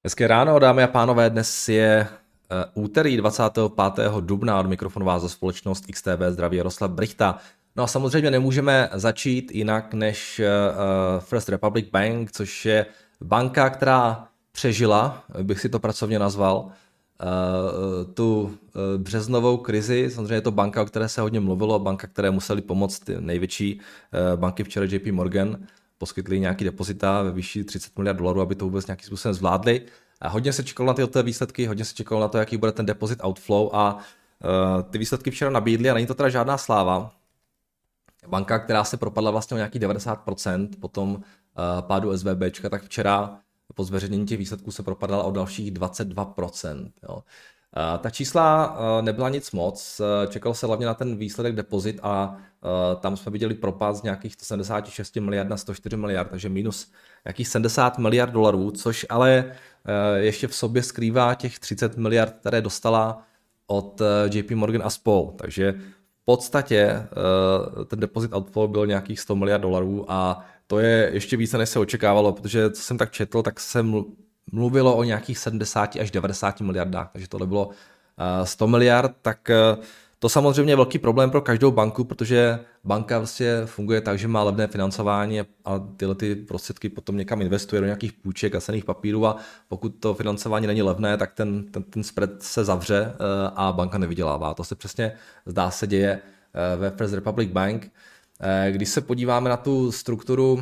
Hezké ráno, dámy a pánové, dnes je úterý 25. dubna, od mikrofonu vás za společnost XTB zdraví Jaroslav Brychta. No a samozřejmě nemůžeme začít jinak než First Republic Bank, což je banka, která přežila, bych si to pracovně nazval, tu březnovou krizi. Samozřejmě je to banka, o které se hodně mluvilo, banka, které museli pomoct ty největší banky, včera JP Morgan, poskytli nějaký depozita ve výši 30 miliard dolarů, aby to vůbec nějakým způsobem zvládli. A hodně se čekalo na ty výsledky, hodně se čekalo na to, jaký bude ten deposit outflow a ty výsledky včera nabídly a není to teda žádná sláva. Banka, která se propadla vlastně o nějaký 90% po tom pádu SVBčka, tak včera po zveřejnění těch výsledků se propadala o dalších 22%. Jo. Ta čísla nebyla nic moc, čekalo se hlavně na ten výsledek depozit a tam jsme viděli propad z nějakých 176 miliard na 104 miliard, takže minus nějakých 70 miliard dolarů, což ale ještě v sobě skrývá těch 30 miliard, které dostala od JP Morgan a spol. Takže v podstatě ten deposit outflow byl nějakých 100 miliard dolarů a to je ještě více, než se očekávalo, protože co jsem tak četl, tak se mluvilo o nějakých 70 až 90 miliardách, takže tohle bylo 100 miliard, tak to samozřejmě je velký problém pro každou banku, protože banka vlastně funguje tak, že má levné financování a tyhle ty prostředky potom někam investuje do nějakých půjček a cenných papírů a pokud to financování není levné, tak ten spread se zavře a banka nevydělává. To se přesně zdá se děje ve First Republic Bank. Když se podíváme na tu strukturu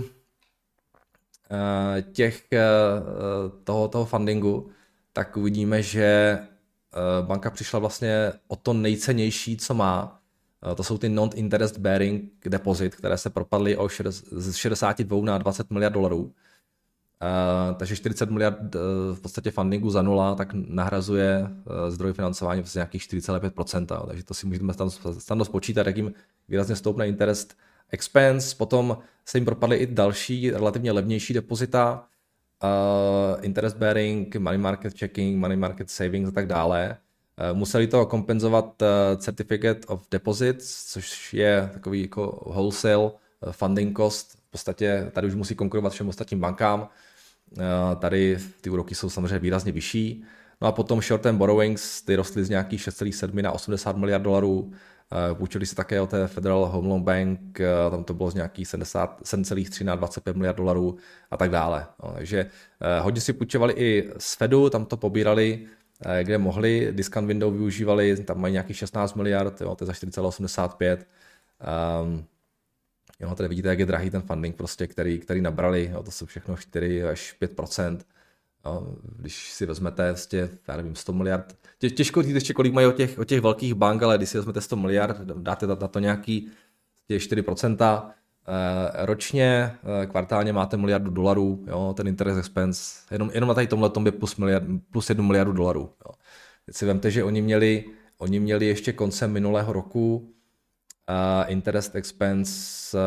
toho fundingu, tak uvidíme, že banka přišla vlastně o to nejcennější, co má. To jsou ty non-interest bearing deposit, které se propadly z 62 na 20 miliard dolarů. Takže 40 miliard v podstatě fundingu za nula, tak nahrazuje zdroj financování v nějakých 4,5%. Takže to si můžeme tam spočítat, jak jim výrazně stoupne interest expense. Potom se jim propadly i další relativně levnější depozita, interest bearing, money market checking, money market savings a tak dále. Museli to kompenzovat certificate of deposits, což je takový jako wholesale funding cost. V podstatě tady už musí konkurovat všem ostatním bankám. Tady ty úroky jsou samozřejmě výrazně vyšší. No a potom short-term borrowings, ty rostly z nějakých 6,7 na 80 miliard dolarů. Půjčili se také o té Federal Home Loan Bank, tam to bylo z nějakých 7,3 na 25 miliard dolarů a tak dále. No, takže hodně si půjčovali i z Fedu, tam to pobírali, kde mohli, discount window využívali, tam mají nějakých 16 miliard, jo, to je za 4,85. Jo, tady vidíte, jak je drahý ten funding, prostě, který nabrali, jo, to jsou všechno 4 až 5%. No, když si vezmete vlastně, já nevím, 100 miliard, těžko říct ještě, kolik mají o těch velkých bank, ale když si vezmete 100 miliard, dáte na to nějaký 4% ročně, kvartálně máte miliardu dolarů, jo, ten interest expense, jenom na tady tomhle je plus 1 miliardu dolarů. Jo. Teď si vemte, že oni měli ještě koncem minulého roku interest expense,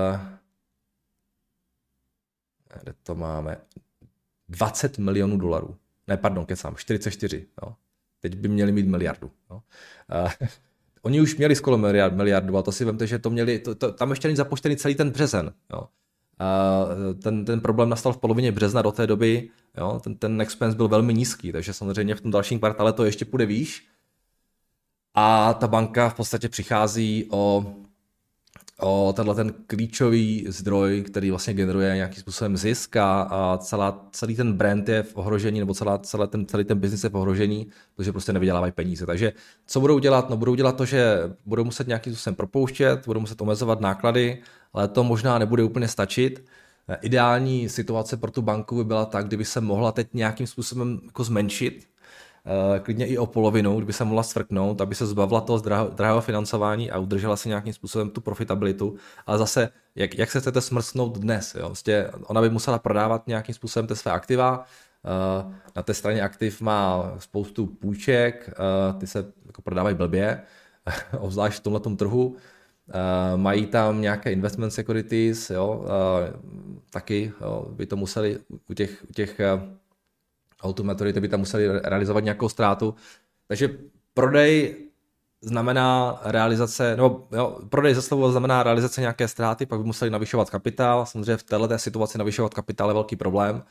kde to máme, 20 milionů dolarů. Ne, pardon, kecám, 44. Jo. Teď by měli mít miliardu. Jo. Oni už měli skoro miliardu, a to si vemte, že to měli, tam ještě není započtený celý ten březen. Jo. Ten problém nastal v polovině března, do té doby, jo, ten expense byl velmi nízký, takže samozřejmě v tom dalším kvartále to ještě půjde výš. A ta banka v podstatě přichází o tenhle ten klíčový zdroj, který vlastně generuje nějakým způsobem zisk a celý ten brand je v ohrožení, nebo celý ten business je v ohrožení, protože prostě nevydělávají peníze. Takže co budou dělat? No budou dělat to, že budou muset nějakým způsobem propouštět, budou muset omezovat náklady, ale to možná nebude úplně stačit. Ideální situace pro tu banku by byla tak, kdyby se mohla teď nějakým způsobem jako zmenšit, klidně i o polovinu, kdyby se mohla svrknout, aby se zbavila toho drahého financování a udržela si nějakým způsobem tu profitabilitu. Ale zase, jak se chcete smrsknout dnes? Jo? Vlastně ona by musela prodávat nějakým způsobem ty své aktiva. Na té straně aktiv má spoustu půjček, ty se jako prodávají blbě, obzvlášť v tomhletom trhu. Mají tam nějaké investment securities, jo? Taky jo? By to museli u těch automaturity by tam museli realizovat nějakou ztrátu. Takže prodej znamená realizace, nebo jo, prodej za slovo znamená realizace nějaké ztráty, pak by museli navyšovat kapitál. Samozřejmě v této situaci navyšovat kapitál je velký problém.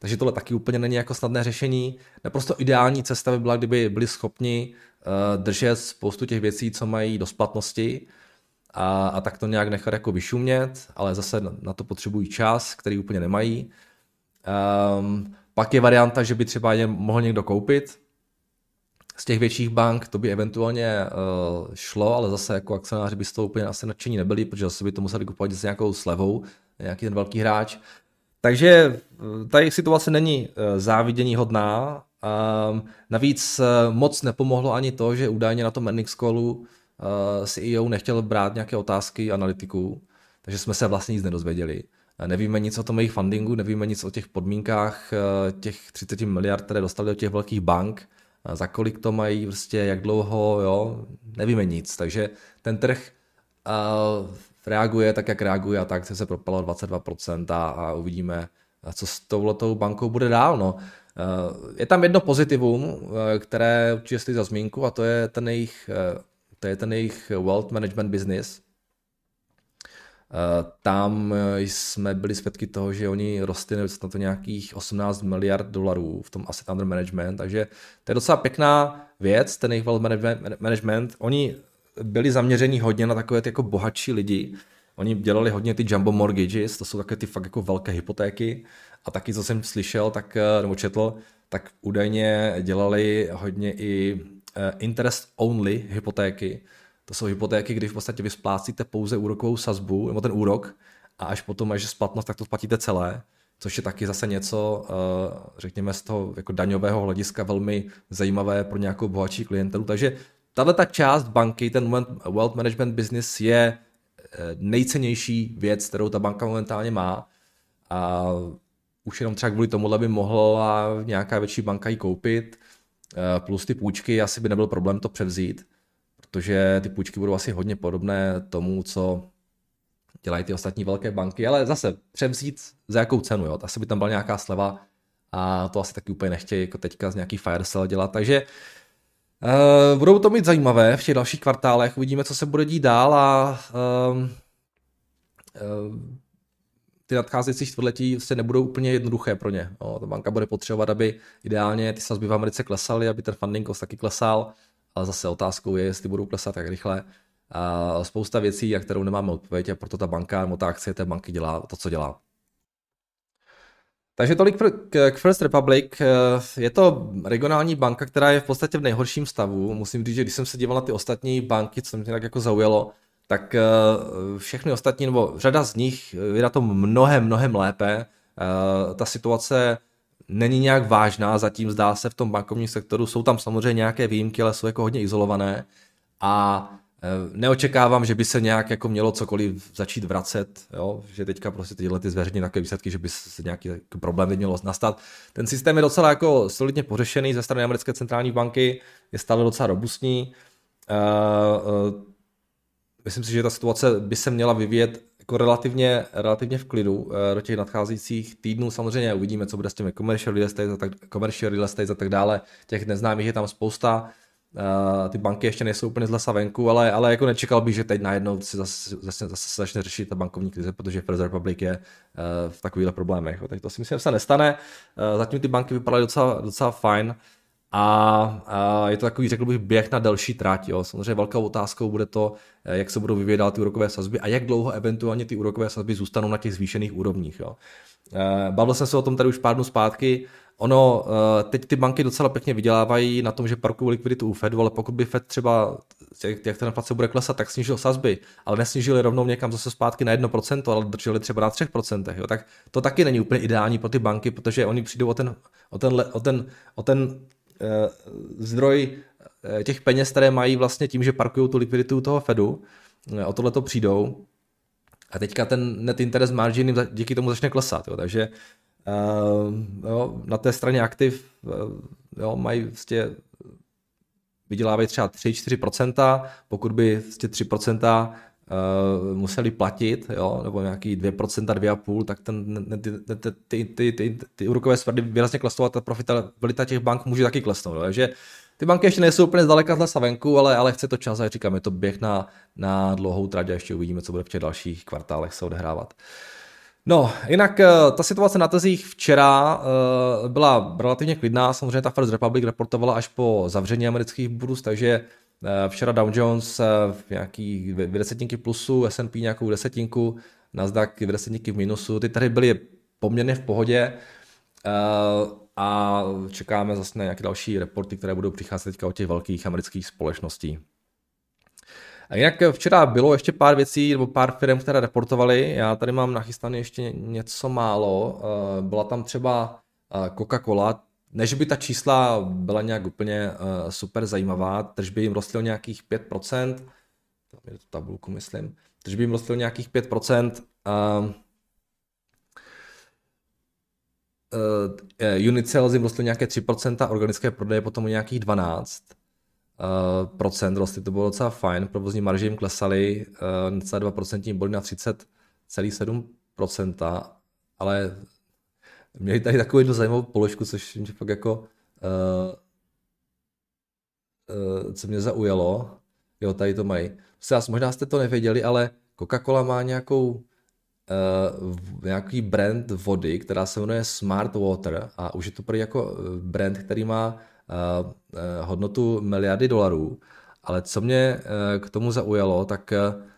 takže tohle taky úplně není jako snadné řešení. Naprosto ideální cesta by byla, kdyby byli schopni držet spoustu těch věcí, co mají do splatnosti a tak to nějak nechat jako vyšumět, ale zase na to potřebují čas, který úplně nemají. Pak je varianta, že by třeba je mohl někdo koupit z těch větších bank, to by eventuálně šlo, ale zase jako akcionáři by z toho úplně asi nadšení nebyli, protože zase by to museli kupovat s nějakou slevou, nějaký ten velký hráč. Takže ta situace není závidění hodná. Navíc moc nepomohlo ani to, že údajně na tom earnings callu CEO nechtěl brát nějaké otázky analytiků, takže jsme se vlastně nic nedozvěděli. Nevíme nic o tom jejich fundingu, nevíme nic o těch podmínkách těch 30 miliard, které dostali do těch velkých bank, za kolik to mají, prostě jak dlouho, jo, nevíme nic. Takže ten trh reaguje tak, jak reaguje a tak se propalo 22% a uvidíme, co s touhletou bankou bude dál. No. Je tam jedno pozitivum, které určitě stojí za zmínku a to je ten jejich wealth management business. Tam jsme byli svědky toho, že oni rostli na to nějakých 18 miliard dolarů v tom asset under management, takže to je docela pěkná věc, ten jejich wealth management. Oni byli zaměření hodně na takové ty jako bohatší lidi. Oni dělali hodně ty jumbo mortgages, to jsou takové ty fakt jako velké hypotéky a taky, co jsem slyšel, nebo četl, tak údajně dělali hodně i interest only hypotéky. To jsou hypotéky, kdy v podstatě vy splácíte pouze úrokovou sazbu, nebo ten úrok, a až potom, až je splatnost, tak to splatíte celé, což je taky zase něco, řekněme, z toho jako daňového hlediska velmi zajímavé pro nějakou bohatší klientelu. Takže tato část banky, ten wealth management business je nejcennější věc, kterou ta banka momentálně má. A už jenom třeba kvůli tomuhle by mohla nějaká větší banka ji koupit, plus ty půjčky, asi by nebyl problém to převzít, protože ty půjčky budou asi hodně podobné tomu, co dělají ty ostatní velké banky, ale zase převzít za jakou cenu, jo? Asi by tam byla nějaká sleva a to asi taky úplně nechtějí jako teďka z nějaký fire sale dělat, takže budou to mít zajímavé v těch dalších kvartálech, uvidíme, co se bude dít dál a ty nadcházející čtvrtletí se nebudou úplně jednoduché pro ně. Jo? Ta banka bude potřebovat, aby ideálně ty sazby v Americe klesaly, aby ten funding cost taky klesal, ale zase otázkou je, jestli budou klesat tak rychle. Spousta věcí, na kterou nemáme odpověď a proto ta banka nebo ta akcie té banky dělá to, co dělá. Takže tolik k First Republic. Je to regionální banka, která je v podstatě v nejhorším stavu. Musím říct, že když jsem se díval na ty ostatní banky, co mě tak jako zaujalo, tak všechny ostatní, nebo řada z nich je na tom mnohem lépe. Ta situace není nějak vážná, zatím zdá se v tom bankovním sektoru. Jsou tam samozřejmě nějaké výjimky, ale jsou jako hodně izolované a neočekávám, že by se nějak jako mělo cokoliv začít vracet, jo? Že teďka prostě tyhle ty zveřejní takové výsledky, že by se nějaký problém mělo nastat. Ten systém je docela jako solidně pořešený ze strany americké centrální banky, je stále docela robustní. Myslím si, že ta situace by se měla vyvíjet jako relativně v klidu do těch nadcházejících týdnů. Samozřejmě uvidíme, co bude s těmi commercial real estate a tak dále. Těch neznámých je tam spousta. Ty banky ještě nejsou úplně z lesa venku, ale jako nečekal bych, že teď najednou si zase začne řešit ta bankovní krize, protože First Republic je v takovýchhle problémech. Tak to si myslím, že se nestane. Zatím ty banky vypadaly docela fajn. A je to takový, řekl bych, běh na delší trať. Jo. Samozřejmě velkou otázkou bude to, jak se budou vyvíjet dál ty úrokové sazby a jak dlouho eventuálně ty úrokové sazby zůstanou na těch zvýšených úrovních. Jo. Bavil jsem se o tom tady už pár dnů zpátky. Teď ty banky docela pěkně vydělávají na tom, že parkují likviditu u Fedu, ale pokud by Fed třeba, jak ta inflace bude klesat, tak snížil sazby, ale nesnížili rovnou někam zase zpátky na 1%, ale drželi třeba na 3%. Jo. Tak to taky není úplně ideální pro ty banky, protože oni přijdou o ten zdroj těch peněz, které mají vlastně tím, že parkují tu likviditu toho Fedu, o tohleto přijdou a teďka ten net interest margin díky tomu začne klesat, jo. Takže na té straně aktiv mají vlastně vydělávají třeba 3-4%, pokud by 3% museli platit, jo, nebo nějaký 2%, 2,5%, tak ty úrokové spready výrazně klesnou a ta profitabilita těch bank může taky klesnout. Jo. Takže ty banky ještě nejsou úplně zdaleka z lesa venku, ale chce to čas a říkám, je to běh na dlouhou trať a ještě uvidíme, co bude v těch dalších kvartálech se odehrávat. No, jinak ta situace na trzích včera byla relativně klidná, samozřejmě ta First Republic reportovala až po zavření amerických burz, takže včera Dow Jones v nějaký 2 plusu, S&P nějakou desetinku, Nasdaq 2 v minusu, ty tady byly poměrně v pohodě a čekáme zase na nějaké další reporty, které budou přicházet teďka od těch velkých amerických společností. A jinak včera bylo ještě pár věcí, nebo pár firm, které reportovaly. Já tady mám nachystané ještě něco málo. Byla tam třeba Coca-Cola. Ne, že by ta čísla byla nějak úplně super zajímavá. Tržby jim rostly o nějakých 5%. Tam je tu tabulku, myslím. Tržby jim rostly o nějakých 5%. Unit sales jim rostly nějaké 3%, organické prodeje potom o nějakých 12%. Rostly, to bylo docela fajn, provozní marže jim klesaly, necelé 2% body na 30,7%, ale měli tady takovou jednu zajímavou položku, což mě fakt jako, co mě zaujalo, jo, tady to mají. Možná jste to nevěděli, ale Coca-Cola má nějaký brand vody, která se jmenuje Smart Water a už je to prý jako brand, který má hodnotu miliardy dolarů, ale co mě k tomu zaujalo, tak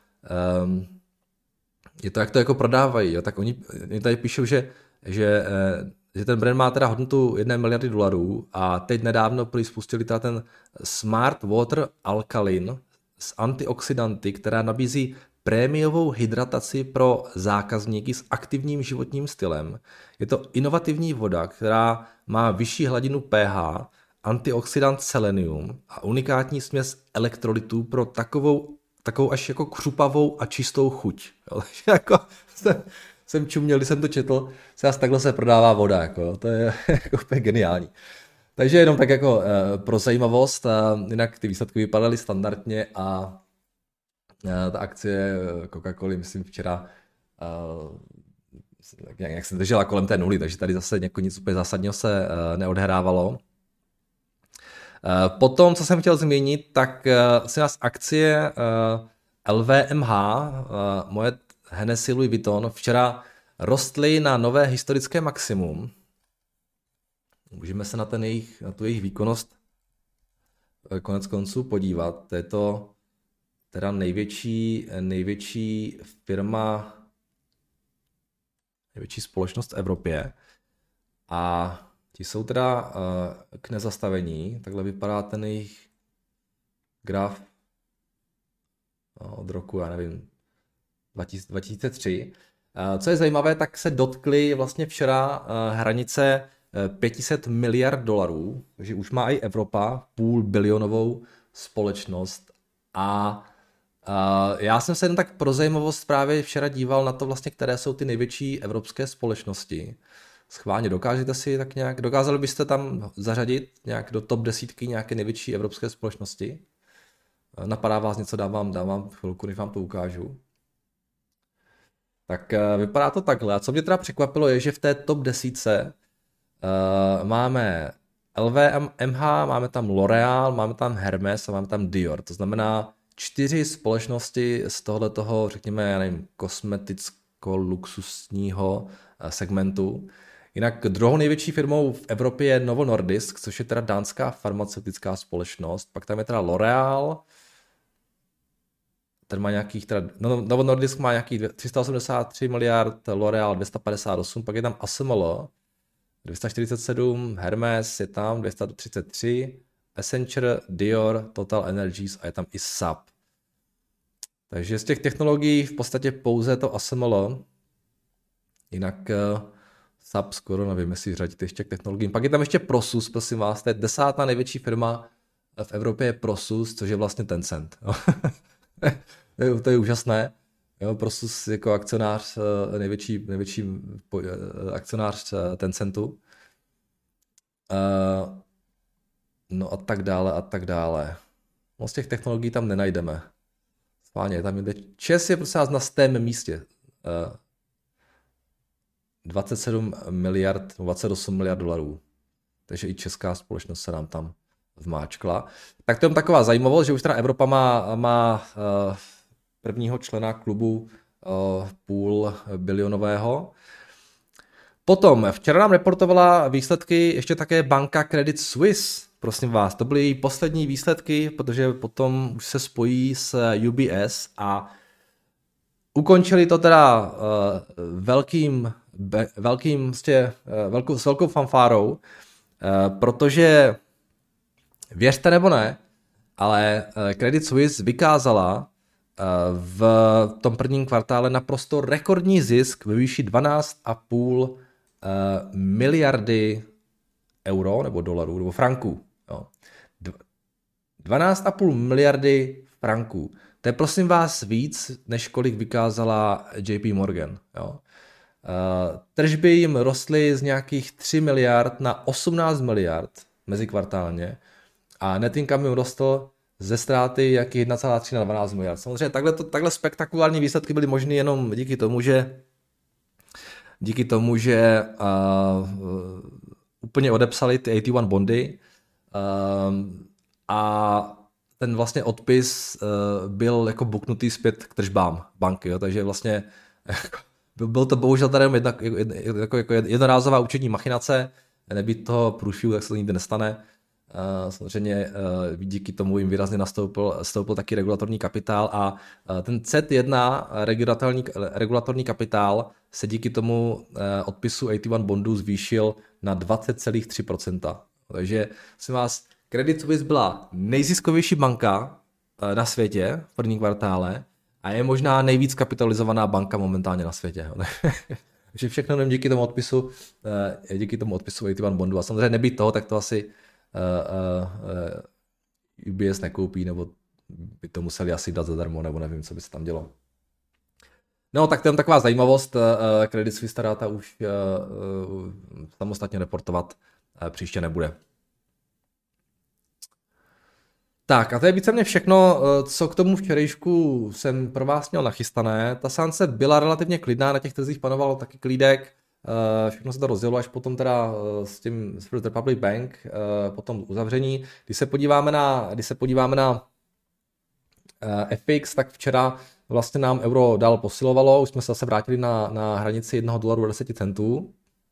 je to, jak to jako prodávají, jo? Tak oni tady píšou, že ten brand má teda hodnotu 1 miliardy dolarů a teď nedávno spustili teda ten Smart Water Alkaline s antioxidanty, která nabízí prémiovou hydrataci pro zákazníky s aktivním životním stylem. Je to inovativní voda, která má vyšší hladinu pH, antioxidant selenium a unikátní směs elektrolytů pro takovou až jako křupavou a čistou chuť. Jo, takže jako jsem čuměl, když jsem to četl, takhle se prodává voda, jako, to je jako úplně geniální. Takže jenom tak jako pro zajímavost, jinak ty výsledky vypadaly standardně a ta akcie Coca-Coly, myslím včera, jak se držela kolem té nuly, takže tady zase nic úplně zásadního se neodhrávalo. Potom, co jsem chtěl zmínit, tak si nás akcie LVMH, moje Hennessy Louis Vuitton, včera rostly na nové historické maximum. Můžeme se na tu jejich výkonnost konec konců podívat. To je to teda největší firma, největší společnost v Evropě. A ti jsou teda k nezastavení. Takhle vypadá ten jejich graf od roku, já nevím, 2003. Co je zajímavé, tak se dotkli vlastně včera hranice 500 miliard dolarů, takže už má i Evropa půlbilionovou společnost a já jsem se jen tak pro zajímavost právě včera díval na to vlastně, které jsou ty největší evropské společnosti. Schválně dokázali byste tam zařadit nějak do top 10 nějaké největší evropské společnosti? Napadá vás něco, dám chvilku, než vám to ukážu. Tak vypadá to takhle. A co mě teda překvapilo je, že v té top 10 máme LVMH, máme tam L'Oreal, máme tam Hermes a máme tam Dior. To znamená 4 společnosti z tohoto, řekněme, já nevím, kosmeticko-luxusního segmentu. Jinak druhou největší firmou v Evropě je Novo Nordisk, což je teda dánská farmaceutická společnost. Pak tam je teda L'Oreal, ten má nějakých, Novo Nordisk má nějakých 383 miliard, L'Oreal 258, pak je tam ASML 247, Hermes je tam 233, Accenture, Dior, Total Energies a je tam i SAP. Takže z těch technologií v podstatě pouze to ASML, jinak SAP skoro nevím, jestli řadit ještě k technologiím. Pak je tam ještě Prosus, prosím vás, to je 10. největší firma v Evropě je Prosus, což je vlastně Tencent. To je úžasné. Jo, Prosus jako akcionář, největší akcionář Tencentu. No a tak dále. No z těch technologií tam nenajdeme. Schválně, tam jde. ČES je prostě na 100. místě. 27 miliard, 28 miliard dolarů. Takže i česká společnost se nám tam vmáčkla. Tak to je taková zajímavost, že už teda Evropa má prvního člena klubu půl bilionového. Potom včera nám reportovala výsledky ještě také banka Credit Suisse, prosím vás, to byly její poslední výsledky, protože potom už se spojí s UBS a ukončili to teda s velkou fanfárou, protože věřte nebo ne, ale Credit Suisse vykázala v tom prvním kvartále naprosto rekordní zisk ve výši 12,5 miliardy euro nebo dolarů nebo franků. Jo. 12,5 miliardy franků. To je prosím vás víc, než kolik vykázala JP Morgan. Jo. Tržby jim rostly z nějakých 3 miliard na 18 miliard mezikvartálně a net income jim rostl ze ztráty jak 1,3 na 12 miliard. Samozřejmě takhle spektakulární výsledky byly možné jenom díky tomu, že úplně odepsali ty AT1 bondy a ten vlastně odpis byl jako buknutý zpět k tržbám banky, jo? Takže vlastně byl to bohužel tady jako jednorázová účetní machinace, nebýt toho průšvihu, tak se to nikdy nestane. Samozřejmě díky tomu jim výrazně nastoupil taky regulatorní kapitál a ten C1 regulatorní kapitál se díky tomu odpisu AT1 bondů zvýšil na 20,3%. Takže jsem vás, Credit Suisse byla nejziskovější banka na světě v prvním kvartále a je možná nejvíc kapitalizovaná banka momentálně na světě. Takže všechno jenom díky tomu odpisu AT1 bondu a samozřejmě nebýt toho, tak to asi UBS nekoupí, nebo by to museli asi dát zadarmo, nebo nevím, co by se tam dělo. No, tak to je taková zajímavost. Credit Suisse data už samostatně reportovat příště nebude. Tak a to je víceméně všechno, co k tomu včerejšku jsem pro vás měl nachystané. Ta seance byla relativně klidná, na těch trzích panovalo taky klídek. Všechno se to rozjelo až potom teda s tím First Republic Bank, potom uzavření. Když se podíváme na FX, tak včera vlastně nám euro dál posilovalo, už jsme se zase vrátili na hranici $1.10.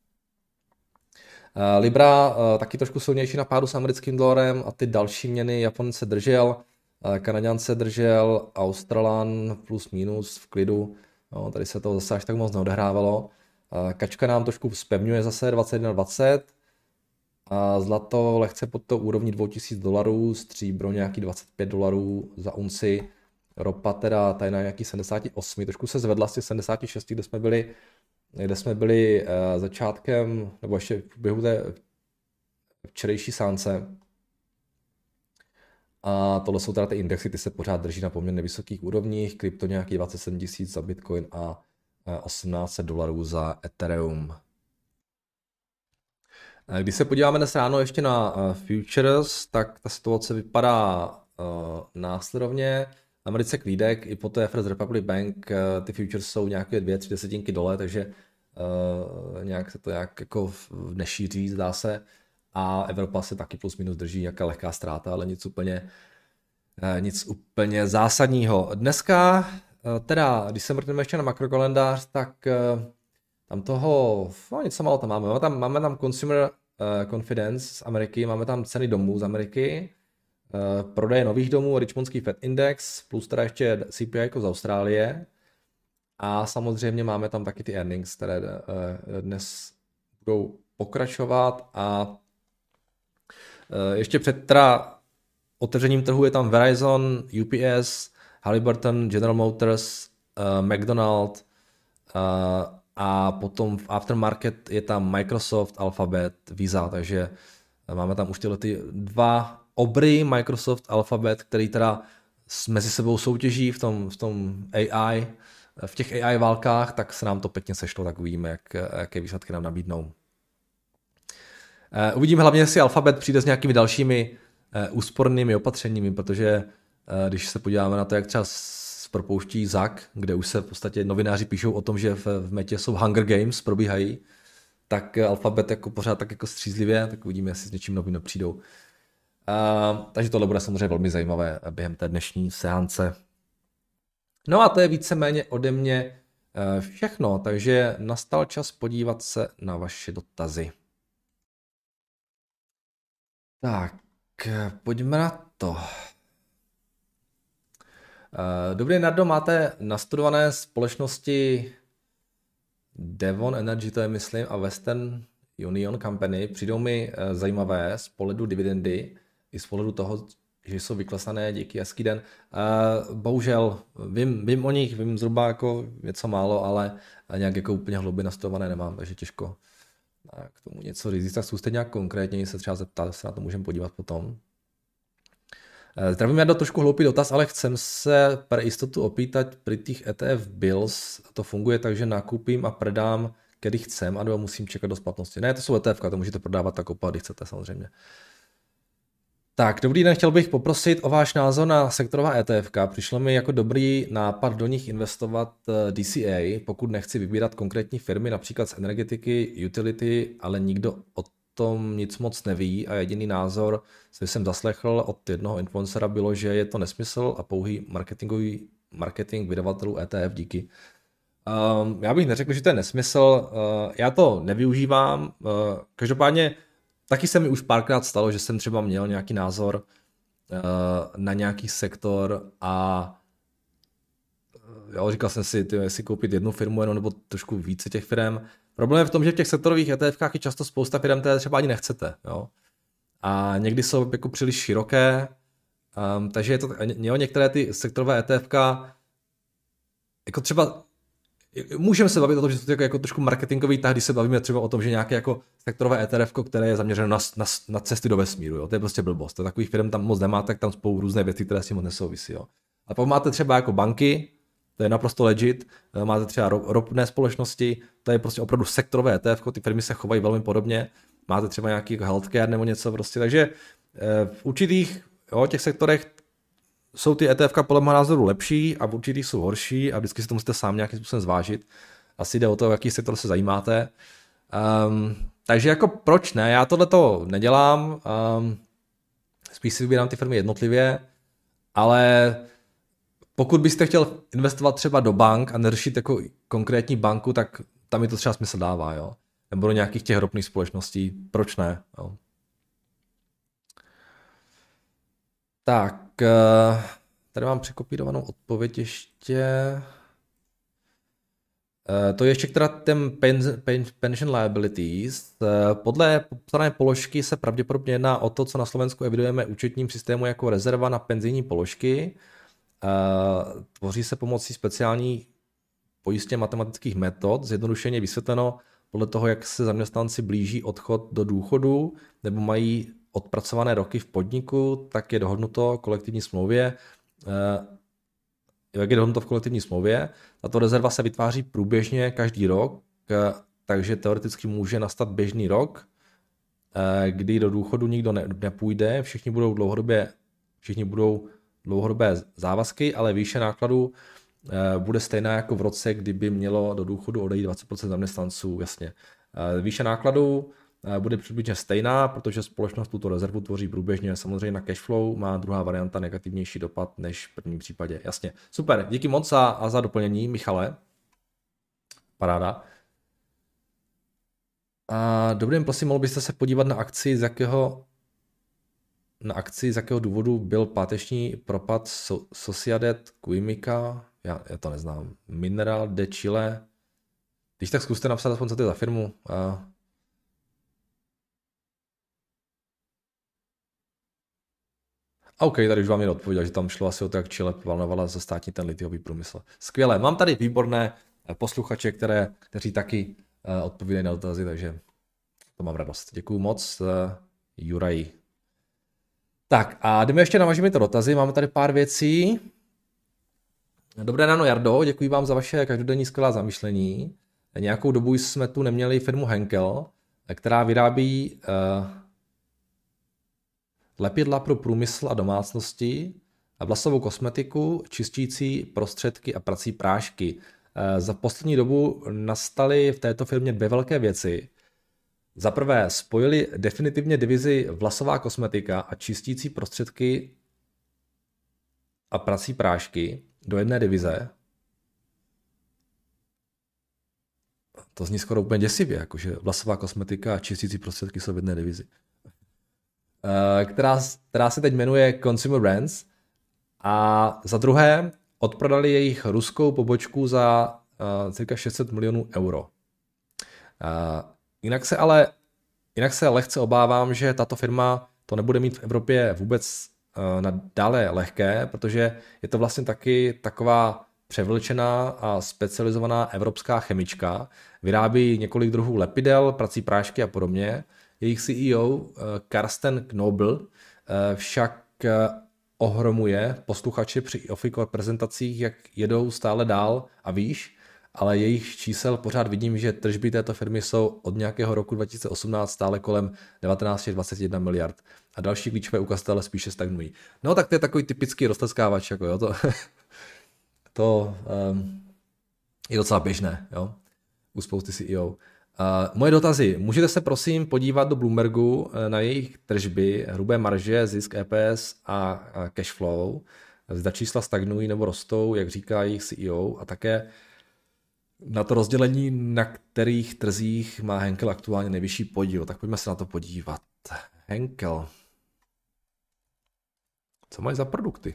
Libra taky trošku silnější na pádu s americkým dolarem a ty další měny, Japonec se držel, Kanaďan se držel, Australan plus minus v klidu, no, tady se to zase až tak moc neodehrávalo. Kačka nám trošku zpevňuje zase 21,20 a zlato lehce pod to úrovní $2000, stříbro nějaký $25 za unci, ropa teda tady na nějaký 78, trošku se zvedla z těch 76, kde jsme byli začátkem, nebo ještě v běhu té včerejší sánce. A tohle jsou teda ty indexy, ty se pořád drží na poměrně vysokých úrovních, krypto nějaký 27 000 za Bitcoin a $1800 za Ethereum. Když se podíváme dnes ráno ještě na futures, tak ta situace vypadá následovně. Na Americe klídek, i po té First Republic Bank ty futures jsou nějaké 2-3 desetinky dole, takže nějak se to jako nešíří, zdá se. A Evropa se taky plus minus drží, jaká lehká ztráta, ale nic úplně zásadního. Dneska teda, když se mrkneme ještě na makrokalendář, tak tam toho, něco málo tam máme. Máme tam Consumer Confidence z Ameriky, máme tam ceny domů z Ameriky, prodeje nových domů, Richmondský Fed Index, plus teda ještě CPI jako z Austrálie. A samozřejmě máme tam taky ty earnings, které dnes budou pokračovat a ještě před teda otevřením trhu je tam Verizon, UPS, Halliburton, General Motors, McDonald a potom v aftermarket je tam Microsoft, Alphabet, Visa, takže máme tam už tyhle ty dva obry, Microsoft, Alphabet, který teda mezi sebou soutěží v tom AI, v těch AI válkách, tak se nám to pěkně sešlo, tak uvidíme, jaké výsledky nám nabídnou. Uvidíme hlavně, jestli Alphabet přijde s nějakými dalšími úspornými opatřeními, protože když se podíváme na to, jak třeba propouští ZAK, kde už se v podstatě novináři píšou o tom, že v Metě jsou Hunger Games, probíhají, tak Alphabet jako pořád tak jako střízlivě, tak uvidíme, jestli s něčím novým nepřijdou. Takže tohle bude samozřejmě velmi zajímavé během té dnešní seance. No a to je víceméně ode mě všechno, takže nastal čas podívat se na vaše dotazy. Tak, pojďme na to. Dobrý, Nardo, máte nastudované společnosti Devon Energy, to je myslím, a Western Union Company. Přijdou mi zajímavé z pohledu dividendy i z pohledu toho, že jsou vyklesané díky hezký den. Bohužel, vím o nich, vím zhruba jako něco málo, ale nějak jako úplně hloubě nastudované nemám, takže těžko k tomu něco říct. Tak zkuste nějak konkrétně se třeba zeptat, se na to můžeme podívat potom. Zdravím, já do trošku hloupý dotaz, ale chcem se pro jistotu opýtať, pri těch ETF Bills to funguje tak, že nakupím a predám, kedy chcem, anebo musím čekat do splatnosti. Ne, to jsou ETF, to můžete prodávat tak opa, kdy chcete samozřejmě. Tak, dobrý den, chtěl bych poprosit o váš názor na sektorová ETF. Přišlo mi jako dobrý nápad do nich investovat DCA, pokud nechci vybírat konkrétní firmy, například z energetiky, utility, ale nikdo o tom nic moc neví a jediný názor, co jsem zaslechl od jednoho influencera, bylo, že je to nesmysl a pouhý marketing vydavatelů ETF, díky. Já bych neřekl, že to je nesmysl, já to nevyužívám, každopádně taky se mi už párkrát stalo, že jsem třeba měl nějaký názor na nějaký sektor a říkal jsem si, jestli koupit jednu firmu jenom nebo trošku více těch firm. Problém je v tom, že v těch sektorových ETFkách je často spousta firm, které třeba ani nechcete. Jo? A někdy jsou jako příliš široké, takže je to, některé ty sektorové ETFka, jako třeba můžeme se bavit o tom, že to je jako trošku marketingový tah, když se bavíme třeba o tom, že nějaké jako sektorové ETF, které je zaměřeno na cesty do vesmíru. Jo? To je prostě blbost. To takových firm tam moc nemáte, tak tam spolu různé věci, které s tím moc nesouvisí. Jo? A pak máte třeba jako banky, to je naprosto legit, máte třeba ropné společnosti, to je prostě opravdu sektorové ETF, ty firmy se chovají velmi podobně, máte třeba nějaký jako healthcare nebo něco prostě, takže v určitých těch sektorech jsou ty ETF podle mého názoru lepší a v určitých jsou horší a vždycky si to musíte sám nějakým způsobem zvážit. Asi jde o to, jaký sektor se zajímáte. Takže jako proč ne? Já tohleto nedělám, spíš si vybírám ty firmy jednotlivě, ale pokud byste chtěl investovat třeba do bank a neřešit jako konkrétní banku, tak tam mi to třeba smysl dává, jo. Nebo do nějakých těch ropných společností, proč ne? Jo. Tak, tady mám překopírovanou odpověď ještě. To je ještě která ten pension liabilities. Podle popsané položky se pravděpodobně jedná o to, co na Slovensku evidujeme účetním systému jako rezerva na penzijní položky. Tvoří se pomocí speciální pojistně matematických metod, zjednodušeně vysvětleno podle toho, jak se zaměstnanci blíží odchod do důchodu nebo mají odpracované roky v podniku, tak je dohodnuto v kolektivní smlouvě. Jak je dohodnuto v kolektivní smlouvě, tato rezerva se vytváří průběžně každý rok, takže teoreticky může nastat běžný rok, kdy do důchodu nikdo nepůjde, všichni budou dlouhodobé závazky, ale výše nákladů bude stejná jako v roce, kdyby mělo do důchodu odejít 20% zaměstnanců, jasně. Výše nákladů bude přibližně stejná, protože společnost tuto rezervu tvoří průběžně. Samozřejmě na cash flow má druhá varianta negativnější dopad než v prvním případě. Jasně. Super, díky moc a za doplnění, Michale. Paráda. Dobrý den, prosím, mohl byste se podívat na akci, z jakého důvodu byl páteční propad Sociedad Química, já to neznám, Mineral de Chile. Když tak zkuste napsat aspoň, co to je za firmu. OK, tady už vám jen odpověděl, že tam šlo asi o to, jak Chile plánovala za státní ten litiový průmysl. Skvěle, mám tady výborné posluchače, kteří taky odpovídají na dotazy, takže to mám radost. Děkuju moc, Juraj. Tak a jdeme ještě na vaše dotazy, máme tady pár věcí. Dobré ráno, Jardo, děkuji vám za vaše každodenní skvělá zamyšlení. Nějakou dobu jsme tu neměli firmu Henkel, která vyrábí lepidla pro průmysl a domácnosti, vlasovou kosmetiku, čistící prostředky a prací prášky. Za poslední dobu nastaly v této firmě dvě velké věci. Za prvé spojili definitivně divizi vlasová kosmetika a čistící prostředky a prací prášky do jedné divize. To zní skoro úplně děsivě, jakože vlasová kosmetika a čistící prostředky jsou v jedné divizi. Která se teď jmenuje Consumer Brands. A za druhé odprodali jejich ruskou pobočku za cirka 600 milionů euro. Jinak se lehce obávám, že tato firma to nebude mít v Evropě vůbec nadále lehké, protože je to vlastně taky taková převlčená a specializovaná evropská chemička. Vyrábí několik druhů lepidel, prací prášky a podobně. Jejich CEO Karsten Knobel však ohromuje posluchače při Ofikor prezentacích, jak jedou stále dál a výš, ale jejich čísel pořád vidím, že tržby této firmy jsou od nějakého roku 2018 stále kolem 19-21 miliard a další klíčové ukazatele spíše stagnují. No tak to je takový typický rostleckávač, jako jo, to je docela běžné, jo, u spousty CEO. Moje dotazy. Můžete se prosím podívat do Bloombergu na jejich tržby, hrubé marže, zisk EPS a cash flow. Zda čísla stagnují nebo rostou, jak říká jejich CEO, a také na to rozdělení, na kterých trzích má Henkel aktuálně nejvyšší podíl. Tak pojďme se na to podívat. Henkel. Co mají za produkty?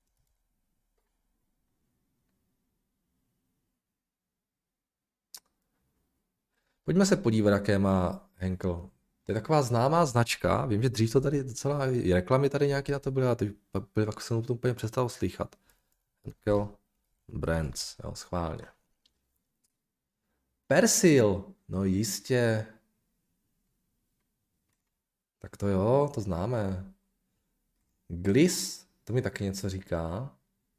Pojďme se podívat, jaké má Henkel. To je taková známá značka, vím, že dřív to tady docela, i reklamy tady nějaký na to byly, a teď pak jsem to úplně přestal slychat. Henkel Brands, jo, schválně. Persil, no jistě. Tak to jo, to známe. Gliss, to mi taky něco říká.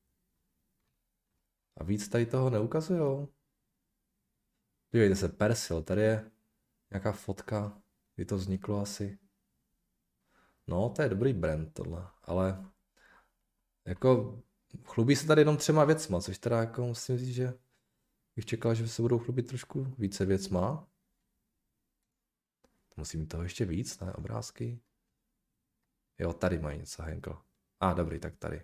A víc tady toho neukazujou. Dívejte se, Persil, tady je nějaká fotka, kdy to vzniklo asi. No, to je dobrý brand tohle, ale jako chlubí se tady jenom 3 věcma, což teda jako musím říct, že bych čekal, že se budou chlubit trošku více věcma. Musí mít toho ještě víc, ne, obrázky. Jo, tady mají něco, Henkel. Dobrý, tak tady.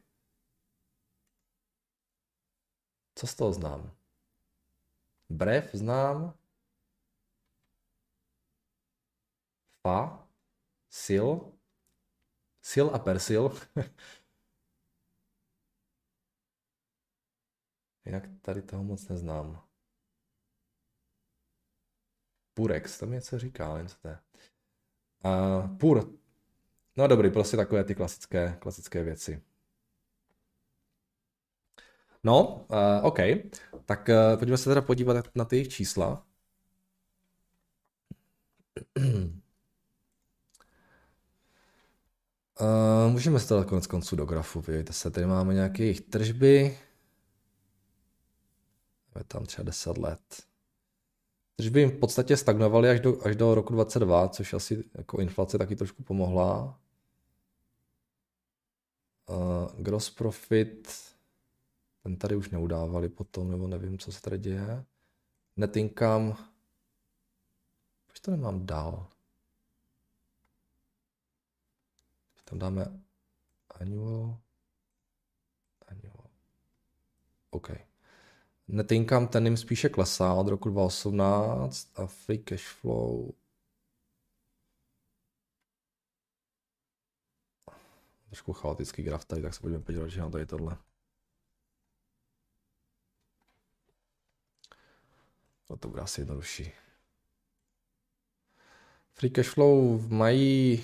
Co z toho znám? Brev znám. Fa. Sil. Sil a Persil. Jinak tady toho moc neznám. Purex, to mi něco říká, ale co to je. Pur. No dobrý, prostě takové ty klasické věci. No, OK. Tak pojďme se teda podívat na ty jejich čísla. Můžeme se teda konec konců do grafu, vidíte se, tady máme nějaké jejich tržby. Je tam třeba 10 let. Tržby jim v podstatě stagnovaly až do roku 2022, což asi jako inflace taky trošku pomohla. Gross profit, ten tady už neudávali potom, nebo nevím, co se tady děje. Net income, proč to nemám dál? Tam dáme annual. OK. Net income, ten jim spíše klesá od roku 2018 a free cash flow. Trošku chaotický graf tady, tak se pojďme podívat, že mám tady tohle. To bude asi jednodušší. Free cash flow mají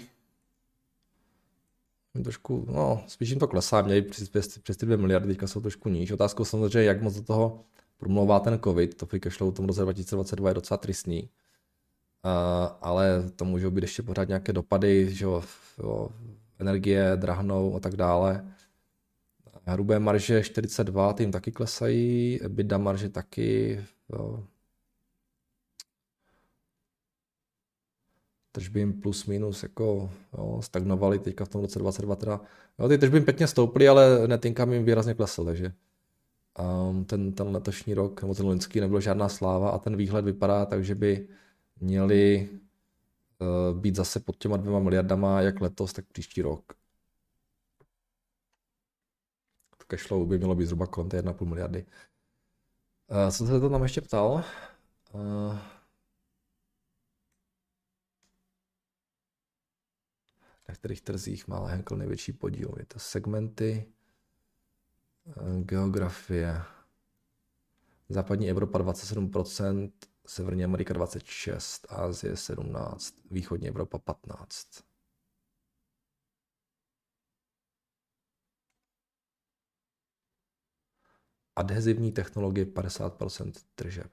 trošku, no, spíš jim to klesá, měli přes ty 2 miliardy, teďka jsou trošku níž. Otázkou samozřejmě, jak moc do toho promlouvá ten covid, to free cash flow v tom roce 2022 je docela tristní. Ale to můžou být ještě pořád nějaké dopady, že jo, energie drahnou a tak dále. Hrubé marže 42, tím taky klesají, EBITDA marže taky, jo. Tržby jim plus minus jako stagnovaly teďka v tom roce 2022 teda. Jo, ty tržby jim pěkně stouply, ale net income jim výrazně klesl, takže ten letošní rok, nebo ten loňský, nebyl žádná sláva a ten výhled vypadá tak, že by měli být zase pod těma 2 miliardama, jak letos, tak příští rok. To cash flow by mělo být zhruba kolem 1,5 miliardy. Co se to tam ještě ptal? Na kterých trzích má Henkel největší podíl? Je to segmenty, geografie. Západní Evropa 27%, Severní Amerika 26%, Asie 17%, Východní Evropa 15%. Adhezivní technologie 50% tržeb.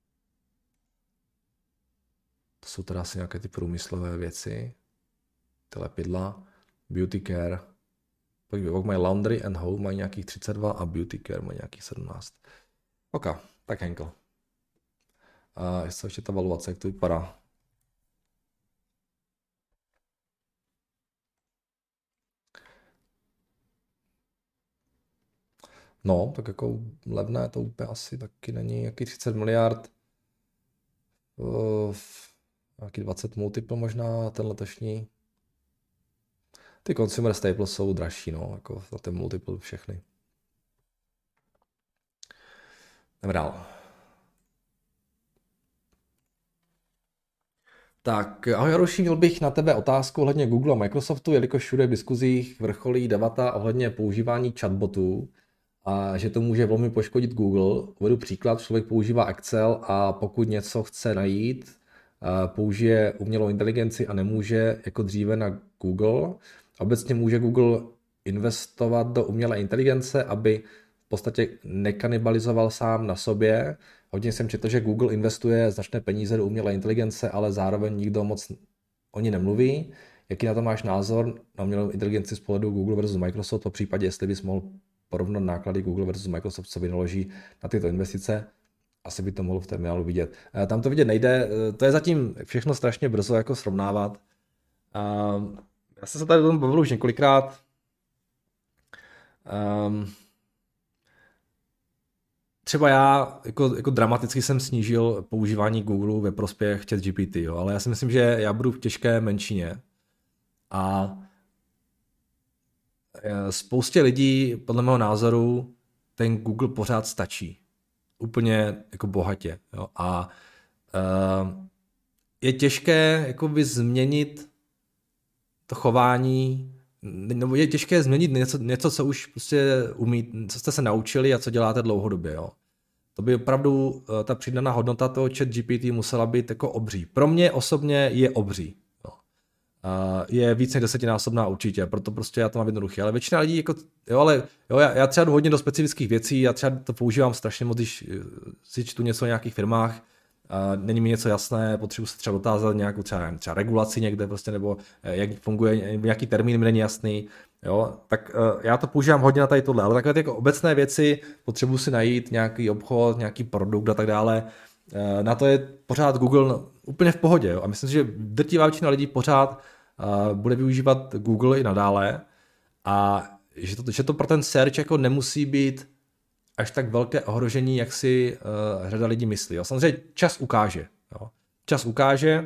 To jsou teda asi nějaké ty průmyslové věci. Ty lepidla. Beauty care. Pak mají laundry and home, mají nějakých 32 a beauty care mají nějakých 17. OK, tak Henkel. A ještě ta valuace, jak to vypadá. No, tak jako levné to úplně asi taky není. Jaký 30 miliard. Nějaký 20 multiple možná, ten letošní. Ty consumer staples jsou dražší, no, jako na ten multiple všechny. Jdeme dál. Tak, ahoj Jaroši, měl bych na tebe otázku ohledně Google a Microsoftu, jelikož všude v diskuzích vrcholí debata ohledně používání chatbotů a že to může velmi poškodit Google. Uvedu příklad, člověk používá Excel a pokud něco chce najít, použije umělou inteligenci a nemůže jako dříve na Google. Obecně může Google investovat do umělé inteligence, aby v podstatě nekanibalizoval sám na sobě. Hodně jsem četl, že Google investuje značné peníze do umělé inteligence, ale zároveň nikdo moc o ní nemluví. Jaký na to máš názor na umělou inteligenci z pohledu Google versus Microsoft, po případě, jestli bys mohl porovnat náklady Google versus Microsoft, co vynaloží na tyto investice? Asi by to mohlo v terminálu vidět. Tam to vidět nejde, to je zatím všechno strašně brzo jako srovnávat. Já jsem se tady o tom bavil už několikrát. Třeba já jako dramaticky jsem snížil používání Google ve prospěch ChatGPT, jo, ale já si myslím, že já budu v těžké menšině a spoustě lidí, podle mého názoru, ten Google pořád stačí. Úplně jako bohatě. Jo, a je těžké jakoby změnit to chování, nebo je těžké změnit něco, co už prostě umí, co jste se naučili a co děláte dlouhodobě. Jo. To by opravdu ta přidaná hodnota toho ChatGPT musela být jako obří. Pro mě osobně je obří. Jo. Je víc než 10násobná určitě, proto prostě já to mám jednoduché. Ale většina lidí, jako, jo, ale jo, já třeba jdu hodně do specifických věcí, já třeba to používám strašně moc, když si čtu něco o nějakých firmách, není mi něco jasné, potřebuji se třeba dotázat nějakou třeba regulaci někde prostě, nebo jak funguje, nějaký termín mi není jasný, jo, tak já to používám hodně na tady tohle, ale takové jako obecné věci, potřebuji si najít nějaký obchod, nějaký produkt a tak dále, na to je pořád Google úplně v pohodě, jo, a myslím si, že drtivá většina lidí pořád bude využívat Google i nadále a že to pro ten search jako nemusí být až tak velké ohrožení, jak si řada lidí myslí. Jo. Samozřejmě čas ukáže. Jo. Čas ukáže,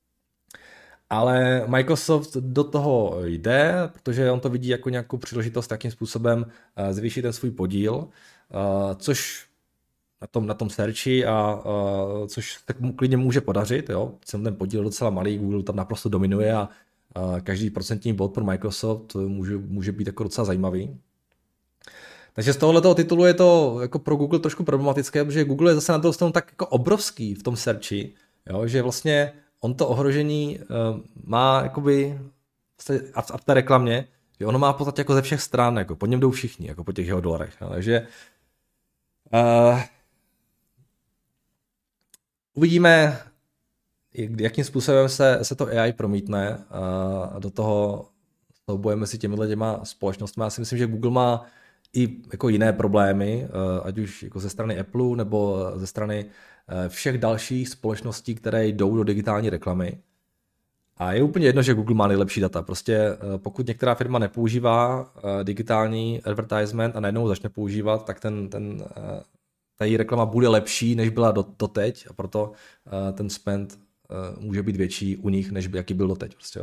ale Microsoft do toho jde, protože on to vidí jako nějakou příležitost, jakým způsobem zvýšit ten svůj podíl, což na tom searchi což tak klidně může podařit. Jo. Ten podíl je docela malý, Google tam naprosto dominuje a každý procentní bod pro Microsoft může být jako docela zajímavý. Takže z tohoto titulu je to jako pro Google trošku problematické, protože Google je zase na druhou stranu tak jako obrovský v tom searchi, jo, že vlastně on to ohrožení má jakoby a v té reklamě, že ono má v podstatě jako ze všech stran, jako po něm jdou všichni, jako po těch jeho dolarech. Jo, takže uvidíme, jakým způsobem se to AI promítne do toho soubojeme mezi těma společnostmi. Já si myslím, že Google má i jako jiné problémy, ať už jako ze strany Apple nebo ze strany všech dalších společností, které jdou do digitální reklamy. A je úplně jedno, že Google má nejlepší data. Prostě pokud některá firma nepoužívá digitální advertisement a najednou začne používat, tak ta její reklama bude lepší, než byla doteď a proto ten spend může být větší u nich, než jaký byl doteď. Prostě.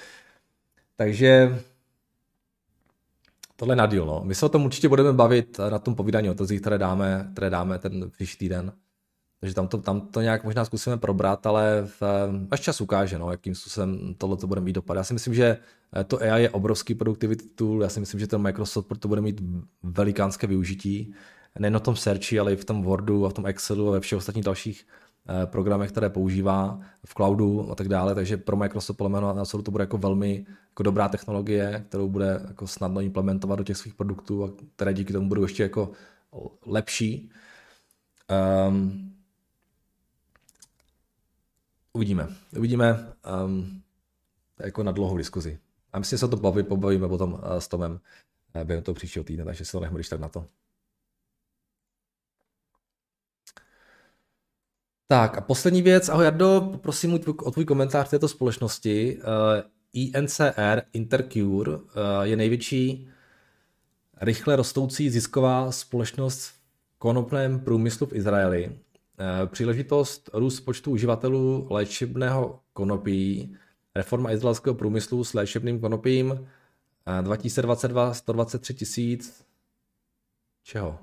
Takže tohle je na díl. No. My se o tom určitě budeme bavit na tom povídání o tezích, které dáme ten příští týden. Takže tam to nějak možná zkusíme probrat, ale až čas ukáže, no, jakým způsobem tohle to bude mít dopad. Já si myslím, že to AI je obrovský productivity tool, já si myslím, že ten Microsoft proto bude mít velikánské využití, nejen v tom Searchi, ale i v tom Wordu a v tom Excelu a ve všech ostatních dalších programech, které používá v cloudu a tak dále, takže pro Microsoft podle mě názoru to bude jako velmi jako dobrá technologie, kterou bude jako snadno implementovat do těch svých produktů a které díky tomu budou ještě jako lepší. Uvidíme jako na dlouhou diskuzi. A myslím, že se to pobavíme potom s Tomem během toho příštího týdne, takže si to nechme když tak na to. Tak a poslední věc. Ahoj Jardo, poprosím o tvůj komentář v této společnosti. INCR, Intercure, je největší rychle rostoucí zisková společnost v konopném průmyslu v Izraeli. Příležitost růst počtu uživatelů léčebného konopí, reforma izraelského průmyslu s léčebným konopím, 2022 123 tisíc. Čeho?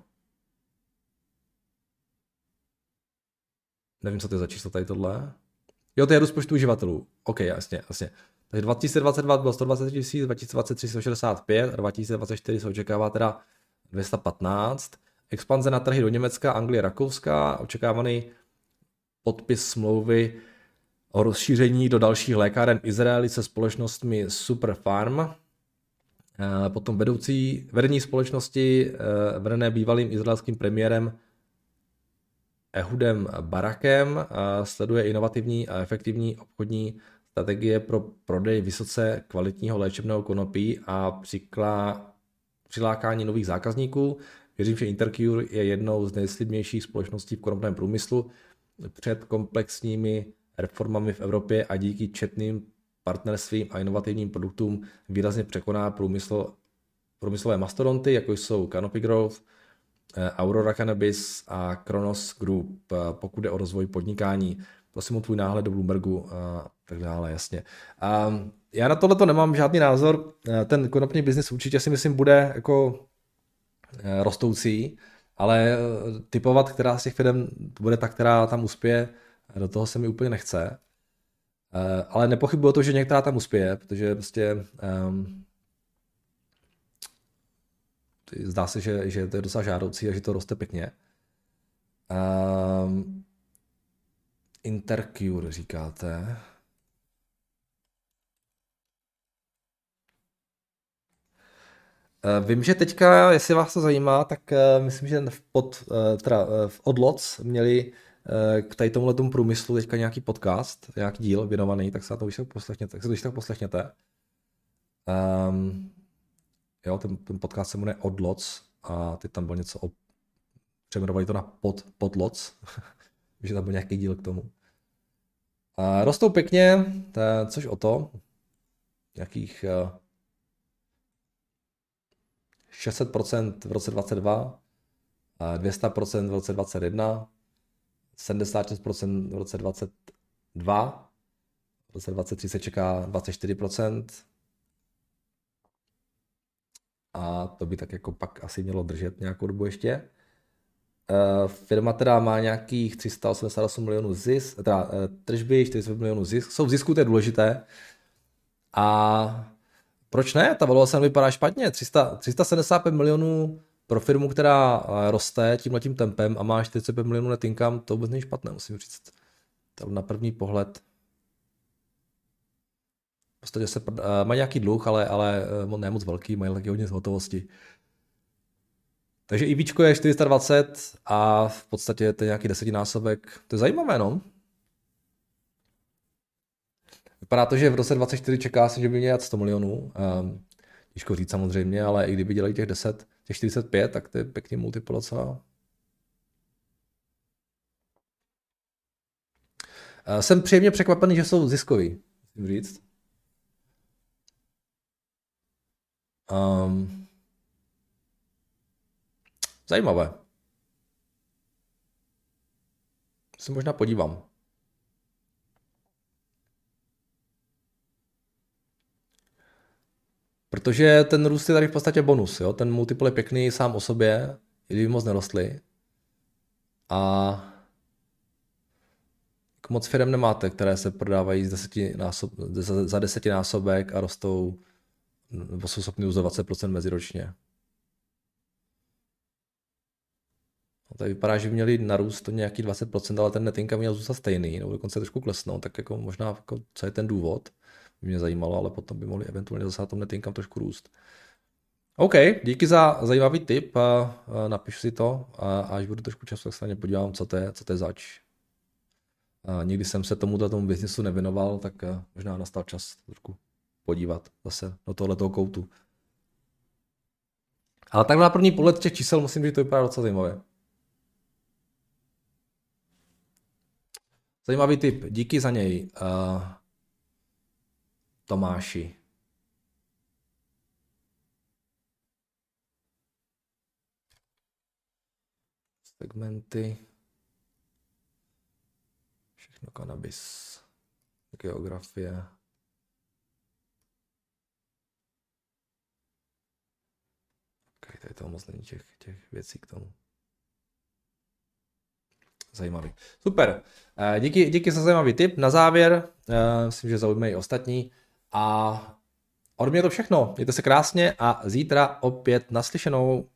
Nevím, co to je za číslo tady tohle. Jo, to je růst počtu uživatelů. OK, jasně. Takže 2022 bylo 123 tisíc, 2023 165 a 2024 se očekává teda 215. Expanze na trhy do Německa, Anglie, Rakouska, očekávaný podpis smlouvy o rozšíření do dalších lékáren Izraeli se společnostmi Superfarm. Potom vedení společnosti vedené bývalým izraelským premiérem Ehudem Barakem sleduje inovativní a efektivní obchodní strategie pro prodej vysoce kvalitního léčebného konopí a přilákání nových zákazníků. Věřím, že Intercure je jednou z nejslibnějších společností v konopném průmyslu. Před komplexními reformami v Evropě a díky četným partnerstvím a inovativním produktům výrazně překoná průmyslové mastodonty, jako jsou Canopy Growth, Aurora Cannabis a Kronos Group, pokud jde o rozvoj podnikání. Prosím o tvůj náhled do Bloombergu a tak dále, jasně. Já na tohle nemám žádný názor. Ten konopný biznis určitě si myslím bude jako rostoucí, ale typovat, která z těch firm bude ta, která tam uspěje, do toho se mi úplně nechce. Ale nepochybuji o to, že některá tam uspěje, protože prostě zdá se, že to je docela žádoucí a že to roste pěkně. Intercure říkáte. Vím, že teďka, jestli vás to zajímá, tak myslím, že v Odloc měli k tady tomuhle průmyslu teďka nějaký podcast, nějaký díl věnovaný, tak se na to už tak poslechněte. Jo, ten podcast se jmenuje Odloc a teď tam bylo něco přejmenovali to na Podloc, že tam byl nějaký díl k tomu. Rostou pěkně, což o to, nějakých 600% v roce 2022, 200% v roce 2021, 76% v roce 2022, v roce 2023 se čeká 24%, a to by tak jako pak asi mělo držet nějakou dobu ještě. Firma teda má nějakých 388 milionů zisk, teda tržby, 40 milionů zisk, jsou v zisku, to je důležité. A proč ne? Ta valuace vypadá špatně, 375 milionů pro firmu, která roste tímhletím tempem a má 45 milionů net income, to vůbec není špatné, musím říct. To na první pohled. Prostě mají nějaký dluh, ale ne moc velký, mají taky hodně z hotovosti. Takže IBčko je 420 a v podstatě to je nějaký desetinásobek. To je zajímavé, no. Vypadá to, že v roce 2024 čeká se, že by měl 100 milionů. Těžko říct samozřejmě, ale i kdyby dělali těch 10, těch 45, tak to je pěkný multiple docela. Jsem příjemně překvapený, že jsou ziskoví, musím říct. Zajímavé. Se možná podívám. Protože ten růst je tady v podstatě bonus, jo? Ten multiple je pěkný sám o sobě, i kdyby moc nerostly. A moc firem nemáte, které se prodávají za 10násobek a rostou, nebo jsou schopni růst 20% meziročně. No, tady vypadá, že by měli narůst to nějaký 20%, ale ten net income měl zůstat stejný, nebo dokonce trošku klesnout, tak jako možná, jako, co je ten důvod, by mě zajímalo, ale potom by mohli eventuálně zase na tom net income trošku růst. OK, díky za zajímavý tip, napišu si to a až budu trošku času, tak se na ně podívám, co to je zač. Nikdy jsem se tomu biznisu nevěnoval, tak možná nastal čas trošku podívat zase do tohoto koutu. Ale tak na první pohled těch čísel musím říct, to vypadá docela zajímavé. Zajímavý tip, díky za něj, Tomáši. Segmenty. Všechno kanabis. Geografie. Okay, tady to moc není těch věcí k tomu. Zajímavý. Super. Díky za zajímavý tip. Na závěr, myslím, že zaujímají ostatní. A ode mě to všechno. Mějte se krásně a zítra opět naslyšenou.